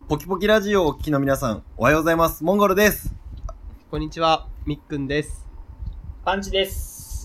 ポキポキラジオをお聞きの皆さん、おはようございます。モンゴルです。 こんにちは、みっくんです。 パンチです。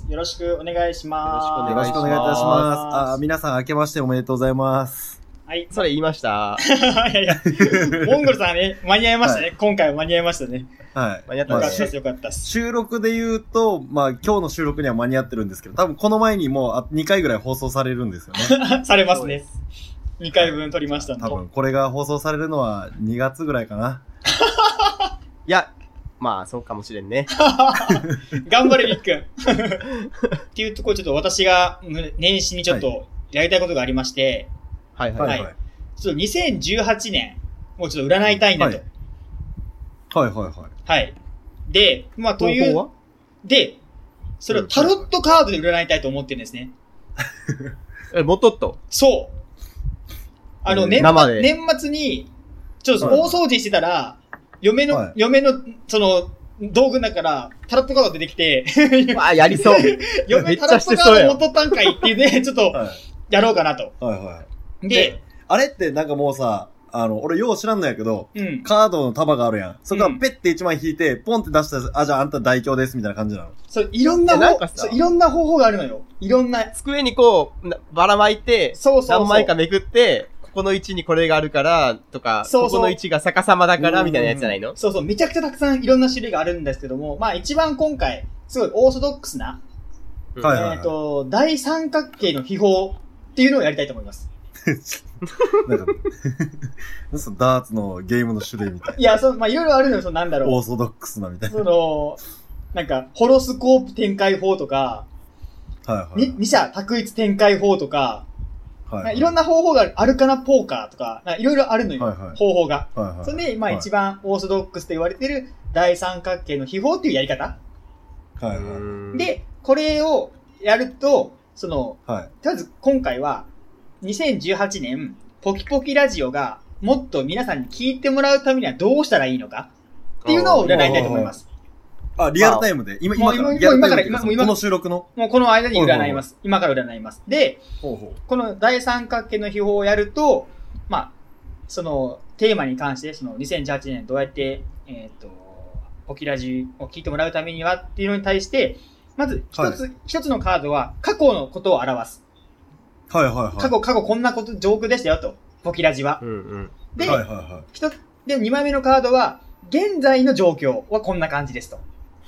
よろしくお願いします。 よろしくお願いいたします。皆さん明けましておめでとうございます。 はい。 それ言いました。 いやいや、モンゴルさんね、間に合いましたね。はい、今回は間に合いましたね。 はい。 間に合ったです。よかったです。 収録で言うと、今日の収録には間に合ってるんですけど、多分この前にもう2回ぐらい放送されるんですよね。 されますね。2回分撮りました多分これが放送されるのは2月ぐらいかな。 いや、まあそうかもしれんね。 頑張れみっくん。っていうところちょっと私が年始にちょっとやりたいことがありまして、 はいはいはい。 ちょっと2018年をちょっと占いたいなと。 はいはいはい。 はい。で、まあという、で、それをタロットカードで占いたいと思ってるんですね。 もとっと。 そう。年末に、ちょっと大掃除してたら、嫁の、その、道具だから、タロットカード出てきて、 あ、やりそう。 嫁タロットカード持っとったんかいっていうね、ちょっと、やろうかなと。 はいはい。 で、 あれってなんかもうさ、俺よう知らんのやけど、カードの束があるやん。そこからペッて1枚引いて、ポンって出したら、じゃああんた代表ですみたいな感じなの。 そう、いろんな方法があるのよ。いろんな。 机にこう、ばらまいて、何枚かめくって、ここの位置にこれがあるから、とか、ここの位置が逆さまだから、みたいなやつじゃないの？ そうそう、めちゃくちゃたくさんいろんな種類があるんですけども、まあ一番今回、すごいオーソドックスな、大三角形の秘宝っていうのをやりたいと思います。 なんか、そのダーツのゲームの種類みたいな。 いや、まあいろいろあるのよ、なんだろう。 オーソドックスなみたいな。 なんか、ホロスコープ展開法とか、二者択一展開法とか、いろんな方法がある。アルカナポーカーとか、いろいろあるのよ、方法が。それで、まあ一番オーソドックスと言われている大三角形の秘宝っていうやり方。で、これをやると、とりあえず今回は、2018年、ポキポキラジオがもっと皆さんに聞いてもらうためにはどうしたらいいのかっていうのを占いたいと思います。 リアルタイムで今からこの収録のもうこの間に占います。今から占います。で、この大三角形の秘宝をやると、まあ、そのテーマに関して、その2018年どうやって、ポキラジを聞いてもらうためにはっていうのに対して、まず一つのカードは過去のことを表す。過去こんなこと、状況でしたよと。ポキラジは。で、2枚目のカードは、現在の状況はこんな感じですと。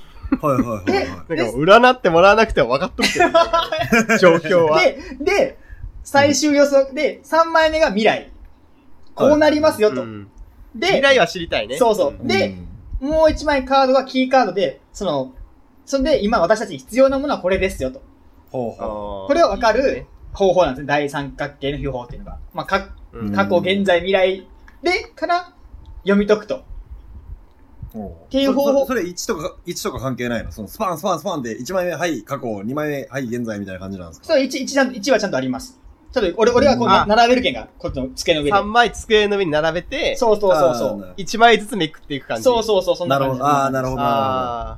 占ってもらわなくても分かっとるけど、ね、状況は。 で、最終予想で、3枚目が未来。こうなりますよと。 で、未来は知りたいね。 そうそう。で、もう1枚カードがキーカードで、それで今私たちに必要なものはこれですよと。これを分かる方法なんですね。大三角形の秘宝っていうのが。まあ、過去、現在、未来でから読み解くと。 っていう方法。それ1とか関係ないの？そのスパンで1枚目、はい、過去、2枚目、はい、現在みたいな感じなんですか？ そう、1はちゃんとあります。ちょっと俺はこう並べるけんが、こっちの机の上で。 3枚机の上に並べて、 そう。 1枚ずつめくっていく感じ。 そう、そんな感じ。 なるほど。 はい。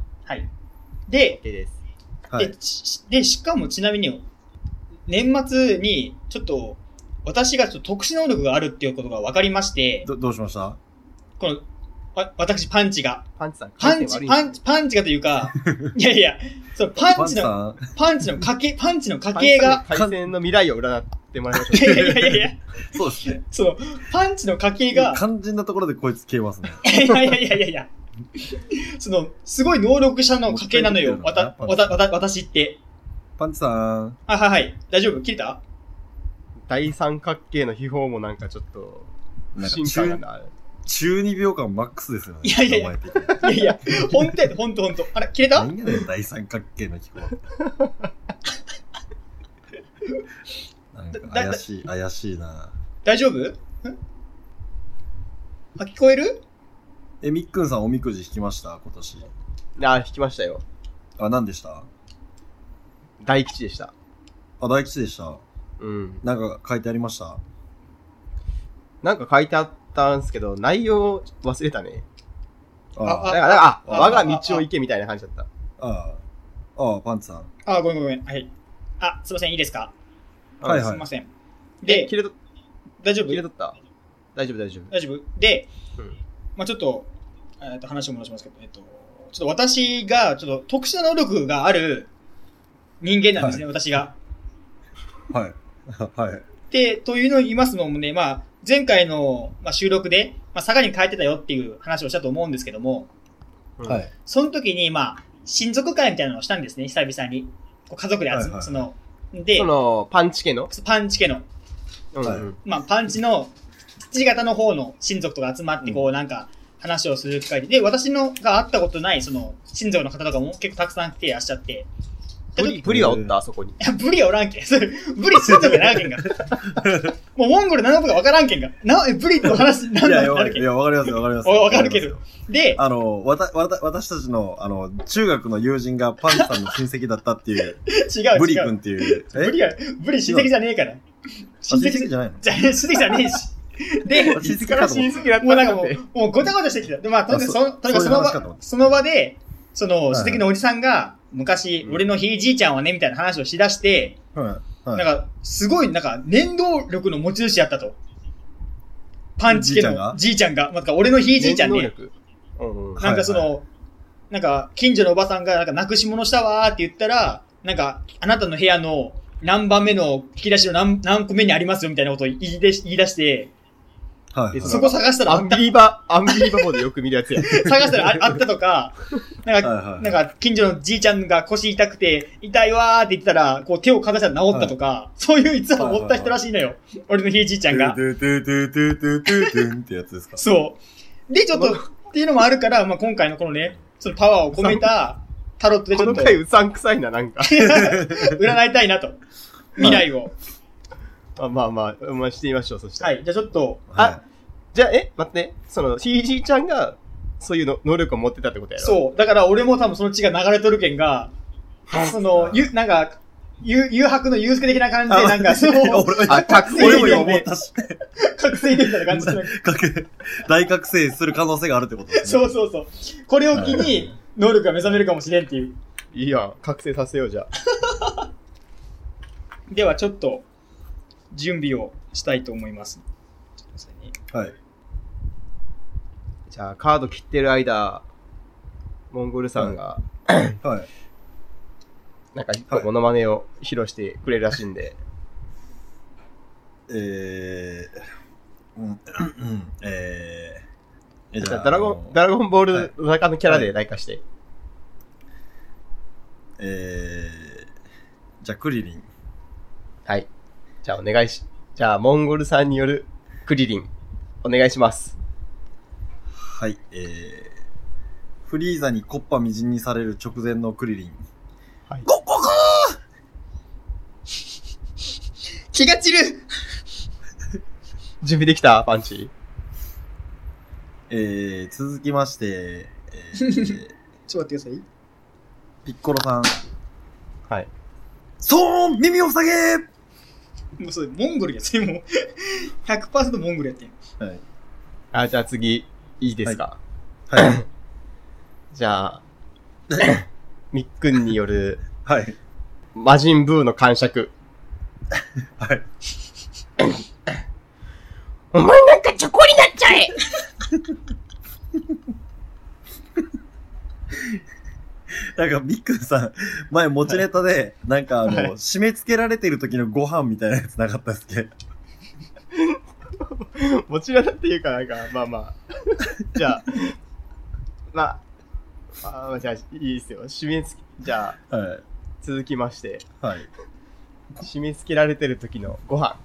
で、 で、 しかもちなみに、年末に、ちょっと、私がちょっと特殊能力があるっていうことが分かりまして、 どうしました？ この、私、パンチが。 パンチがというか、いや、そのパンチの家系が。 対戦の未来を占ってもらいましょう。 いや。 そうですね。 その、パンチの家系が。 肝心なところでこいつ消えますね。 いや。その、すごい能力者の家系なのよ。私って。 パンチさん。 はい。大丈夫？切れた？ 大三角形の秘宝もなんかちょっと、進化がある。 中2秒間マックスですよね。 いや、ほんと。あれ、切れた？ 何やねん、大三角形の秘宝。なんか怪しいな。 大丈夫？聞こえる？ みっくんさんおみくじ引きました今年？ 引きましたよ。 何でした？ 大吉でした。 大吉でした。なんか書いてありました？ なんか書いてあったんですけど、内容忘れたね。我が道を行けみたいな感じだった。 パンツさん。 ごめん。はい。すいません、いいですか？ はい。 すいません。で、 大丈夫？切れとった？ 大丈夫大丈夫。 大丈夫で、まあちょっと、話を戻しますけど、ちょっと私が、ちょっと特殊な能力がある人間なんですね、私が。 はい。はい。 で、というのを言いますのもね、まあ、前回の、まあ、収録で、まあ、佐賀に帰ってたよっていう話をしたと思うんですけども、 はい。 その時に、まあ、親族会みたいなのをしたんですね、久々に。こう家族で集まで、 パンチ家のパンチ家の。まあ、パンチの、父方の方の親族とか集まって、こう、なんか、話をする機会で、私のが会ったことない、その、親族の方とかも結構たくさん来ていらっしゃって、 ブリはおったあそこに。 いや、ブリはおらんけん。ブリ親族じゃなけんが。もうモンゴル何のことかわからんけんが。ブリの話なんだろういや、わかりますよ、わかります。 わかるけど。で、 私たちの、中学の友人がパンチさんの親戚だったっていう。 違う。 ブリ君っていう。 ブリ親戚じゃねえから。 親戚じゃないの？ 親戚じゃねえし。で、 親戚だった。 もうなんかもうごちゃごちゃしてきた。で、まあ、とにかくその場で、その、親戚のおじさんが、昔、俺のひいじいちゃんはね、みたいな話をしだして、なんか、すごい、なんか、念動力の持ち主やったと。パンチ家のじいちゃんが、なんか、俺のひいじいちゃんね。なんかその、なんか、近所のおばさんが、なんか、なくし物したわーって言ったら、なんか、あなたの部屋の何番目の引き出しの何個目にありますよ、みたいなことを言い出して、そこ探したらアンビリバボーでよく見るやつや。 探したらあったとか、なんか、近所のじいちゃんが腰痛くて、痛いわーって言ってたら、こう手をかざしたら治ったとか、そういう逸話を持った人らしいのよ。俺のひいじいちゃんが。 ってやつですか？ そう。で、ちょっと、っていうのもあるから、まあ今回のこのね、そのパワーを込めたタロットでちょっと。 この回うさんくさいな、なんか。 占いたいなと。未来を。 まあ、してみましょう、そしたら。 はい、じゃあちょっと。 じゃあ、待って、その、ひいじいちゃんが、そういうの能力を持ってたってことやろ？ そう。だから俺も多分その血が流れとるけんが、その、なんか、誘白の祐介的な感じで、なんか、その、 覚醒で思ったし。 覚醒でみたいな感じで。 大覚醒する可能性があるってことですね。そう。これを機に、能力が目覚めるかもしれんっていう。 いいやん。覚醒させよう、じゃあ。 では、ちょっと、準備をしたいと思います。 はい。 じゃあ、カード切ってる間、モンゴルさんが、 はい。 なんか一個モノマネを披露してくれるらしいんで。 じゃあドラゴンボールの中のキャラで代化して。 じゃあクリリン。 はい。じゃあモンゴルさんによるクリリン、お願いします。 はい。フリーザにコッパみじんにされる直前のクリリン。 はい。ゴッゴゴー気が散る準備できたパンチ。 続きまして、 ちょっと待ってください。 ピッコロさん。 はい。 そーん耳を塞げもうそれ、モンゴルやつもう、100% モンゴルやってん。 はい。じゃあ次、いいですか？ はい。 じゃあ、みっくんによる、 はい。 魔人ブーの感触。 はい。 お前なんかチョコになっちゃえなんか、ビックンさん、前持ちネタで、なんか締め付けられてる時のご飯みたいなやつなかったっすっけ？ 持ちネタっていうか、なんか、まあ。じゃあ、じゃあ、いいですよ。締め付け、じゃあ、 はい、 続きまして。 はい。 締め付けられてる時のご飯。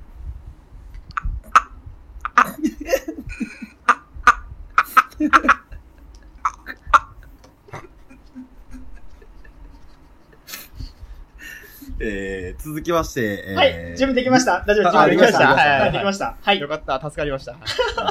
続きまして、 はい、準備できました。大丈夫、準備できました。はい、できました。はい。 よかった、助かりました。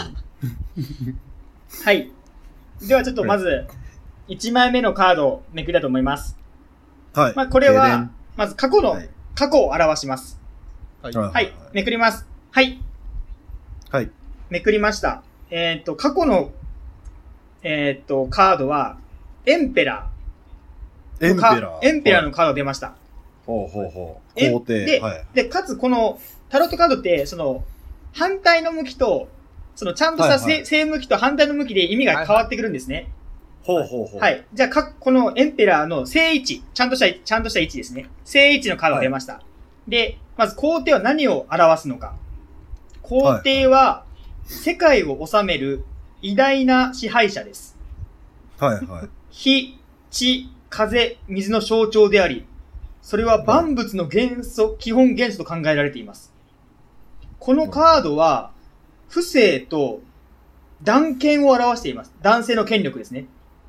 はい。ではちょっとまず、1枚目のカードをめくりたいと思います。 はい。 まあ、これは、まず過去を表します。 はい。 はい。めくります。はい。 はい。 めくりました。過去の、カードは、エンペラー。エンペラーのカード出ました。 ほう。皇帝。 で、かつこの、タロットカードって、その、反対の向きと、 そのちゃんとした正向きと反対の向きで意味が変わってくるんですね。 ほうほうほう。 はい。じゃあ、このエンペラーの正位置、ちゃんとした位置ですね。正位置のカードが出ました。はい、で、まず皇帝は何を表すのか。皇帝は世界を治める偉大な支配者です。 はいはい。 火、地、風、水の象徴であり、それは万物の基本元素と考えられています。このカードは、不正と断権を表しています。男性の権力ですね。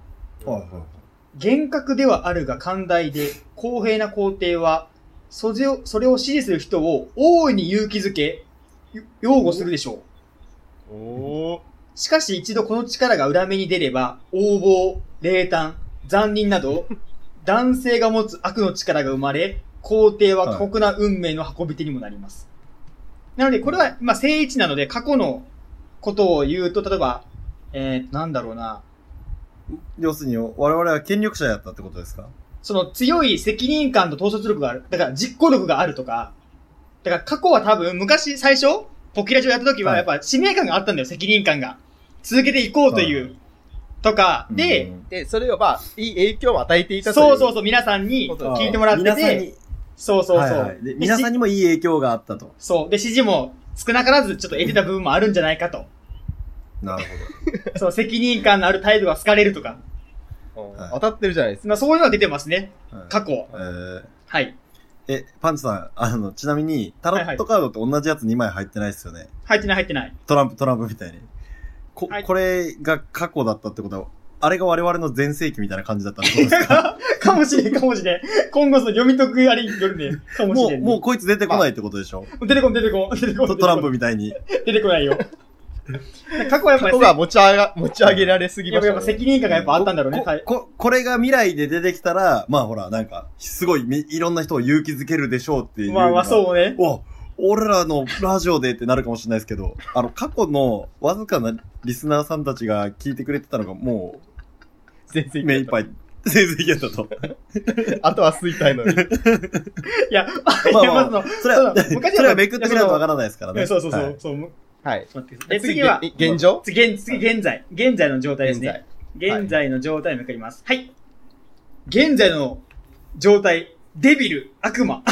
厳格ではあるが寛大で公平な皇帝は、それを支持する人を大いに勇気づけ、擁護するでしょう。しかし一度この力が裏目に出れば、横暴、冷淡、残忍など、男性が持つ悪の力が生まれ、皇帝は過酷な運命の運び手にもなります。なので、これは、正位置なので、過去のことを言うと、例えば、なんだろうな。 要するに、我々は権力者やったってことですか？ その強い責任感と統率力がある。だから実行力があるとか。だから過去は多分、昔最初、ポキラジオやった時はやっぱ使命感があったんだよ、責任感が。続けていこうという。とか、で、 それをいい影響を与えていたという。 そう、皆さんに聞いてもらってて、そう。 はいはい、で皆さんにもいい影響があったと。 そう。で、支持も少なからずちょっと得てた部分もあるんじゃないかと。 なるほど。 そう、責任感のある態度が好かれるとか。 当たってるじゃないですか。 そういうのが出てますね。過去。はい。 パンチさん、ちなみに、タロットカードって同じやつ2枚入ってないですよね。 入ってない。 トランプみたいに。これが過去だったってことは、あれが我々の前世紀みたいな感じだったってことですか？ かもしれん。今後その読み解くあれよりね、かもしれん。 もうこいつ出てこないってことでしょ？ 出てこん。 トランプみたいに。 出てこないよ。過去はやっぱり。 過去が持ち上げられすぎました、ね。 やっぱ責任感がやっぱあったんだろうね。 これが未来で出てきたら、ほら、なんか、すごいいろんな人を勇気づけるでしょうっていう。 そうね。 俺らのラジオでってなるかもしれないですけど、過去のわずかなリスナーさんたちが聞いてくれてたのがもう、目いっぱい、全然いけたと。 あとは吸いたいのに。いや、 それはめくってみないとわからないですからね。 そう。 はい。 次は、 現状？ 現在の状態ですね。現在の状態をめくります。はい。現在の状態。デビル、悪魔。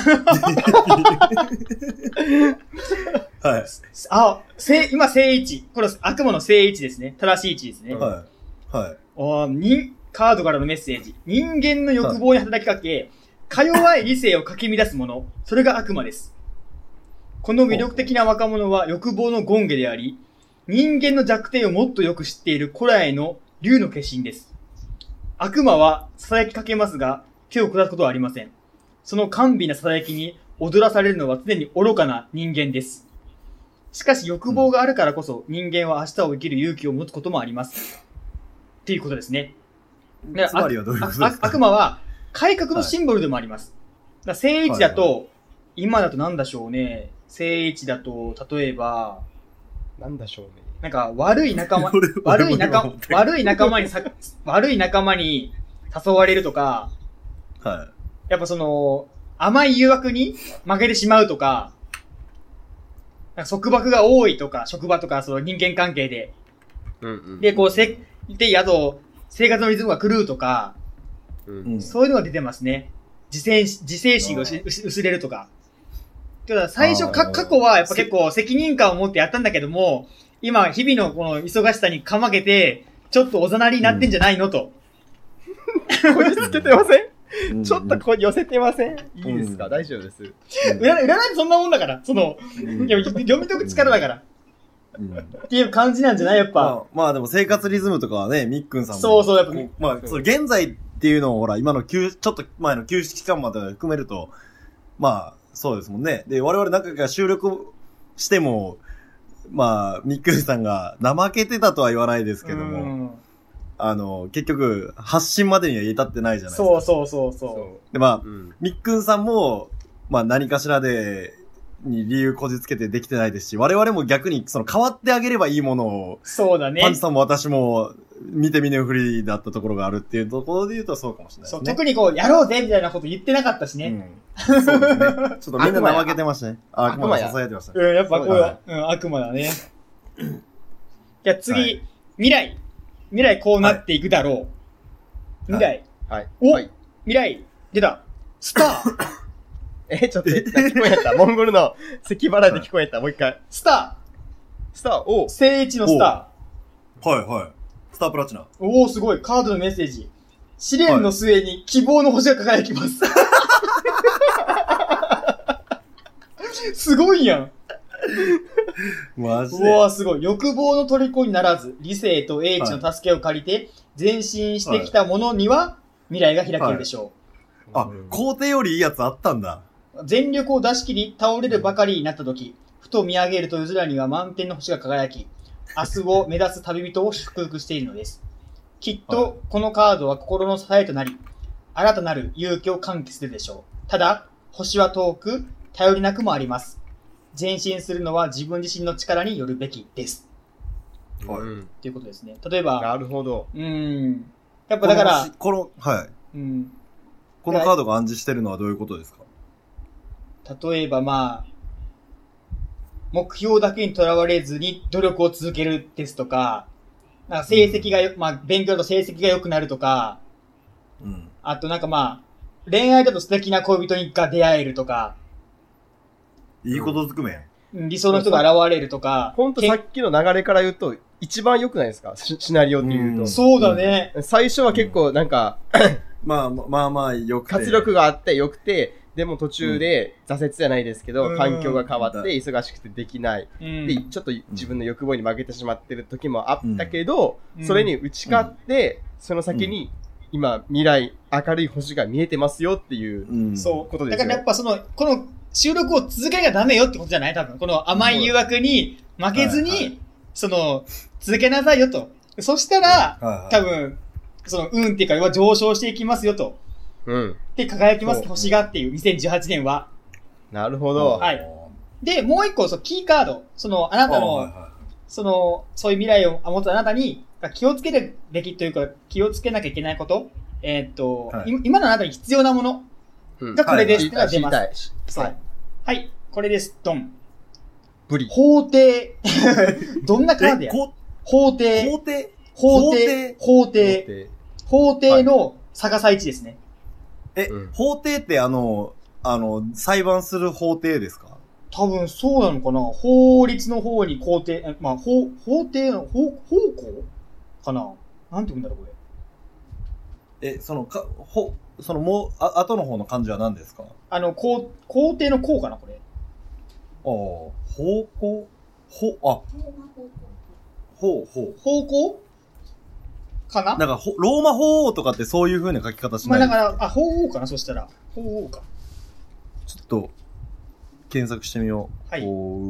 はい。 今、正位置。これ、悪魔の正位置ですね。正しい位置ですね。 はい。 カードからのメッセージ。人間の欲望に働きかけ、か弱い理性をかき乱すもの。それが悪魔です。この魅力的な若者は欲望の権化であり、人間の弱点をもっとよく知っている古来の竜の化身です。悪魔は囁きかけますが、手を下すことはありません。その甘美な囁きに踊らされるのは常に愚かな人間です。しかし欲望があるからこそ人間は明日を生きる勇気を持つこともあります。っていうことですね。 つまりはどういうことですか？ 悪魔は改革のシンボルでもあります。正位置だと、今だとなんでしょうね。正位置だと、例えば、 なんでしょうね。 なんか悪い仲間に誘われるとか、 はい。 やっぱその、甘い誘惑に負けてしまうとか、なんか束縛が多いとか、職場とか、その人間関係で。で、あと、生活のリズムが狂うとか、そういうのが出てますね。自制心が薄れるとか。ただ最初過去はやっぱ結構責任感を持ってやったんだけども、今、日々のこの忙しさにかまけて、ちょっとおざなりになってんじゃないのと。 こじつけてません？ちょっとここ寄せてません？いいですか？大丈夫です。 占いってそんなもんだから。読み解く力だから。っていう感じなんじゃないやっぱ。 でも生活リズムとかはね、みっくんさんも。 そう、やっぱ。 現在っていうのをほら、今のちょっと前の休止期間まで含めると、そうですもんね。で、我々何回か収録しても、みっくんさんが怠けてたとは言わないですけども、結局、発信までには至ってないじゃないですか。 そう。 で、みっくんさんも、何かしらに理由こじつけてできてないですし、我々も逆に変わってあげればいいものを、 そうだね。 パンチさんも私も見て見ぬふりだったところがあるっていうところで言うとそうかもしれないですね。 特にやろうぜみたいなこと言ってなかったしね。 そうですね。ちょっとみんな怠けてましたね。悪魔が支えてましたね。 やっぱ悪魔だね。 じゃあ次、はい、未来こうなっていくだろう。はい、未来。 はい。 お、 はい、 未来、出た。スター。ちょっと、聞こえた。モンゴルの咳払いで聞こえた。もう一回。 スター、お聖一のスター。はいはい。スタープラチナ。 おー、すごい。カードのメッセージ。試練の末に希望の星が輝きます。すごいやん。 マジで。 うわーすごい。欲望の虜にならず、理性と英知の助けを借りて、前進してきた者には、未来が開けるでしょう。はい、皇帝よりいいやつあったんだ。 全力を出し切り、倒れるばかりになった時、ふと見上げると夜空には満天の星が輝き、明日を目指す旅人を祝福しているのです。きっと、このカードは心の支えとなり、新たなる勇気を喚起するでしょう。ただ、星は遠く、頼りなくもあります。前進するのは自分自身の力によるべきです。 はい。 ということですね。例えば。 なるほど。 やっぱだから、 はい。このカードが暗示してるのはどういうことですか？ 例えばまあ、目標だけにとらわれずに努力を続けるですとか、なんか成績がまあ、勉強だと成績が良くなるとか、あとなんかまあ、恋愛だと素敵な恋人が出会えるとか、 いいことずくめん。理想の人が現れるとか。 ほんとさっきの流れから言うと、一番良くないですか？シナリオって言うと。 そうだね。 最初は結構なんか、 まあ良くて。 活力があって良くて、でも途中で挫折じゃないですけど、環境が変わって忙しくてできない。で、ちょっと自分の欲望に負けてしまってる時もあったけど、それに打ち勝って、その先に、今、未来、明るい星が見えてますよっていうことですよ。 だからやっぱこの収録を続けなきゃダメよってことじゃない多分。この甘い誘惑に負けずに、続けなさいよと。そしたら、多分、運っていうか、は上昇していきますよと。で、輝きます、星がっていう、2018年は。 なるほど。 はい。で、もう一個、キーカード。あなたの、そういう未来を持つあなたに、気をつけるべきというか、気をつけなきゃいけないこと。今のあなたに必要なものがこれですってのが出ます。はい。これです。ドン。 ブリ。 法廷。どんなカードや法廷。法廷の逆さ位置ですね。 法廷って裁判する法廷ですか？ 多分そうなのかな。法律の方に法廷、まあ、法廷の、法項かな。なんて言うんだろう、これ。 もう、後の方の漢字は何ですか？ 皇帝の項かな、これ。 方向？ 方向かな？ なんか、ローマ法王とかってそういう風な書き方しない？ まあだから、法王かな、そしたら。法王か。 ちょっと、検索してみよう。 はい。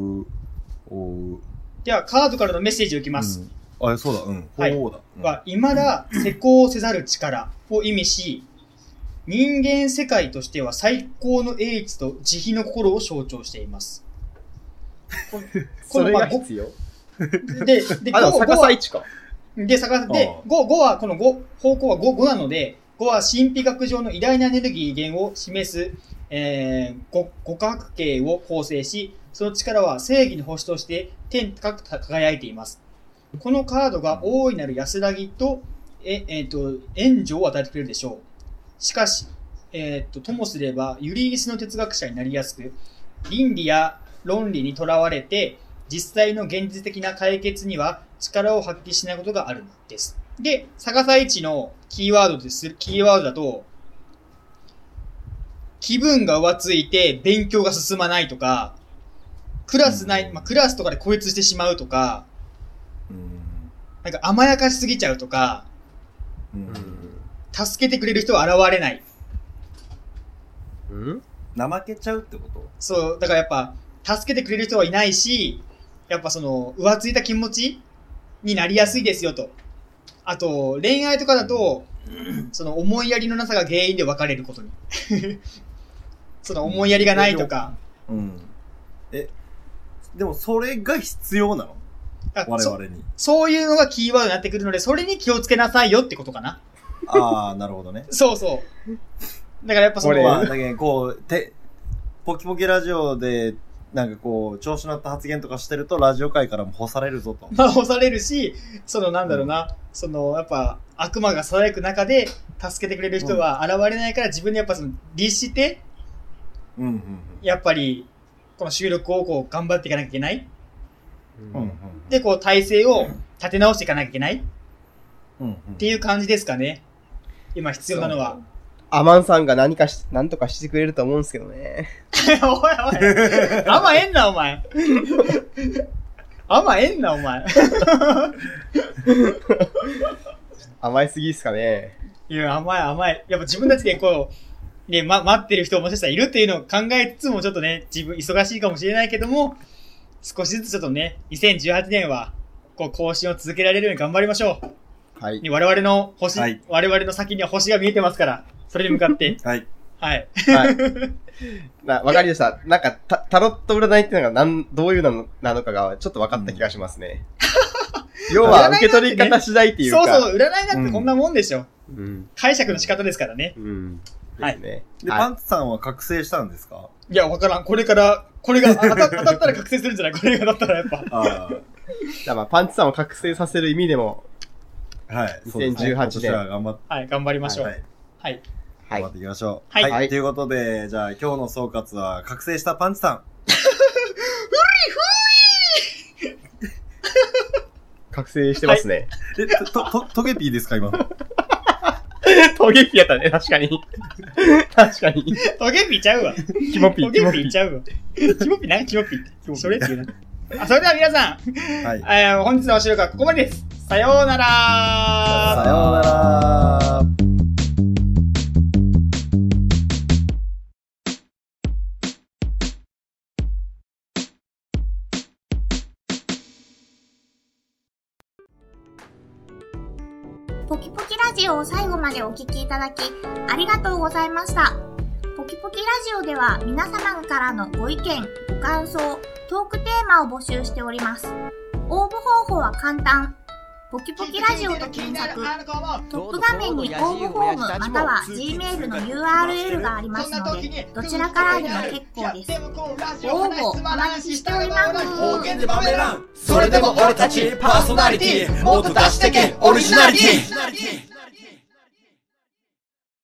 では、カードからのメッセージをいきます。 そうだ、法王だ。 は、未だ施行せざる力を意味し、人間世界としては最高の英知と慈悲の心を象徴しています。 それが必要？ で、 逆さ位置か。 で、5は、この方向は5なので、5は神秘学上の偉大なエネルギー源を示す、五角形を構成し、その力は正義の星として天高く輝いています。このカードが大いなる安らぎと、援助を与えてくれるでしょう。しかし、ともすれば、ユリギスの哲学者になりやすく、倫理や論理にとらわれて、実際の現実的な解決には力を発揮しないことがあるんです。で、逆さ位置のキーワードだと、気分が浮ついて勉強が進まないとか、クラスとかで孤立してしまうとか、なんか甘やかしすぎちゃうとか、助けてくれる人は現れない。 怠けちゃうってこと？ そう、だからやっぱ、助けてくれる人はいないし、やっぱ浮ついた気持ちになりやすいですよと。あと、恋愛とかだと、思いやりのなさが原因で別れることに。思いやりがないとか。 でもそれが必要なの？我々に。 そういうのがキーワードになってくるので、それに気をつけなさいよってことかな。 なるほどね。 そうそう。だからやっぱだけどポキポキラジオでなんかこう、調子乗った発言とかしてると、ラジオ界からも干されるぞと。 まあ、干されるし、なんだろうな、やっぱ、悪魔が囁く中で、助けてくれる人は現れないから、自分でやっぱ律して、やっぱり、この収録をこう、頑張っていかなきゃいけない。で、こう、体制を立て直していかなきゃいけない。っていう感じですかね。今必要なのは。 アマンさんがなんとかしてくれると思うんですけどね。 おいおい。甘えんな、お前。甘えんな、お前。 甘えすぎっすかね。 いや、甘い。やっぱ自分たちでこう、ね、待ってる人ももしかしたらいるっていうのを考えつつもちょっとね、自分忙しいかもしれないけども、少しずつちょっとね、2018年は、こう、更新を続けられるように頑張りましょう。 はい。 我々の星、我々の先には星が見えてますから、それに向かって。 はい。 はい。 わかりました。なんか、タロット占いっていうのがどういうのなのかがちょっと分かった気がしますね。要は、受け取り方次第っていうか。 そう、占いなんてこんなもんでしょ。解釈の仕方ですからね。 はい。で、 パンツさんは覚醒したんですか？ いや、わからん。これが当たったら覚醒するんじゃない？これが当たったらやっぱ。 まあ、パンツさんを覚醒させる意味でも、 はい。 2018年。 はい、頑張りましょう。はい。 頑張っていきましょう。 はい。 ということで、じゃあ今日の総括は、覚醒したパンチさん。 覚醒してますね。 トゲピーですか、今の。 トゲピーやったね、確かに。確かに。 トゲピーちゃうわ。 キモピー。 トゲピーちゃうわ。キモピーな、キモピー。それって言うな。それでは皆さん、本日のお収録はここまでです。さようなら。 さようなら。 ポキポキラジオを最後までお聞きいただきありがとうございました。ポキポキラジオでは皆様からのご意見、ご感想、トークテーマを募集しております。応募方法は簡単。ポキポキラジオと検索、トップ画面に応募フォームまたは Gmail の URL がありますので、どちらからでも結構です。ご応募お待ちしております。 それでも俺たちパーソナリティもっと出してけオリジナリティ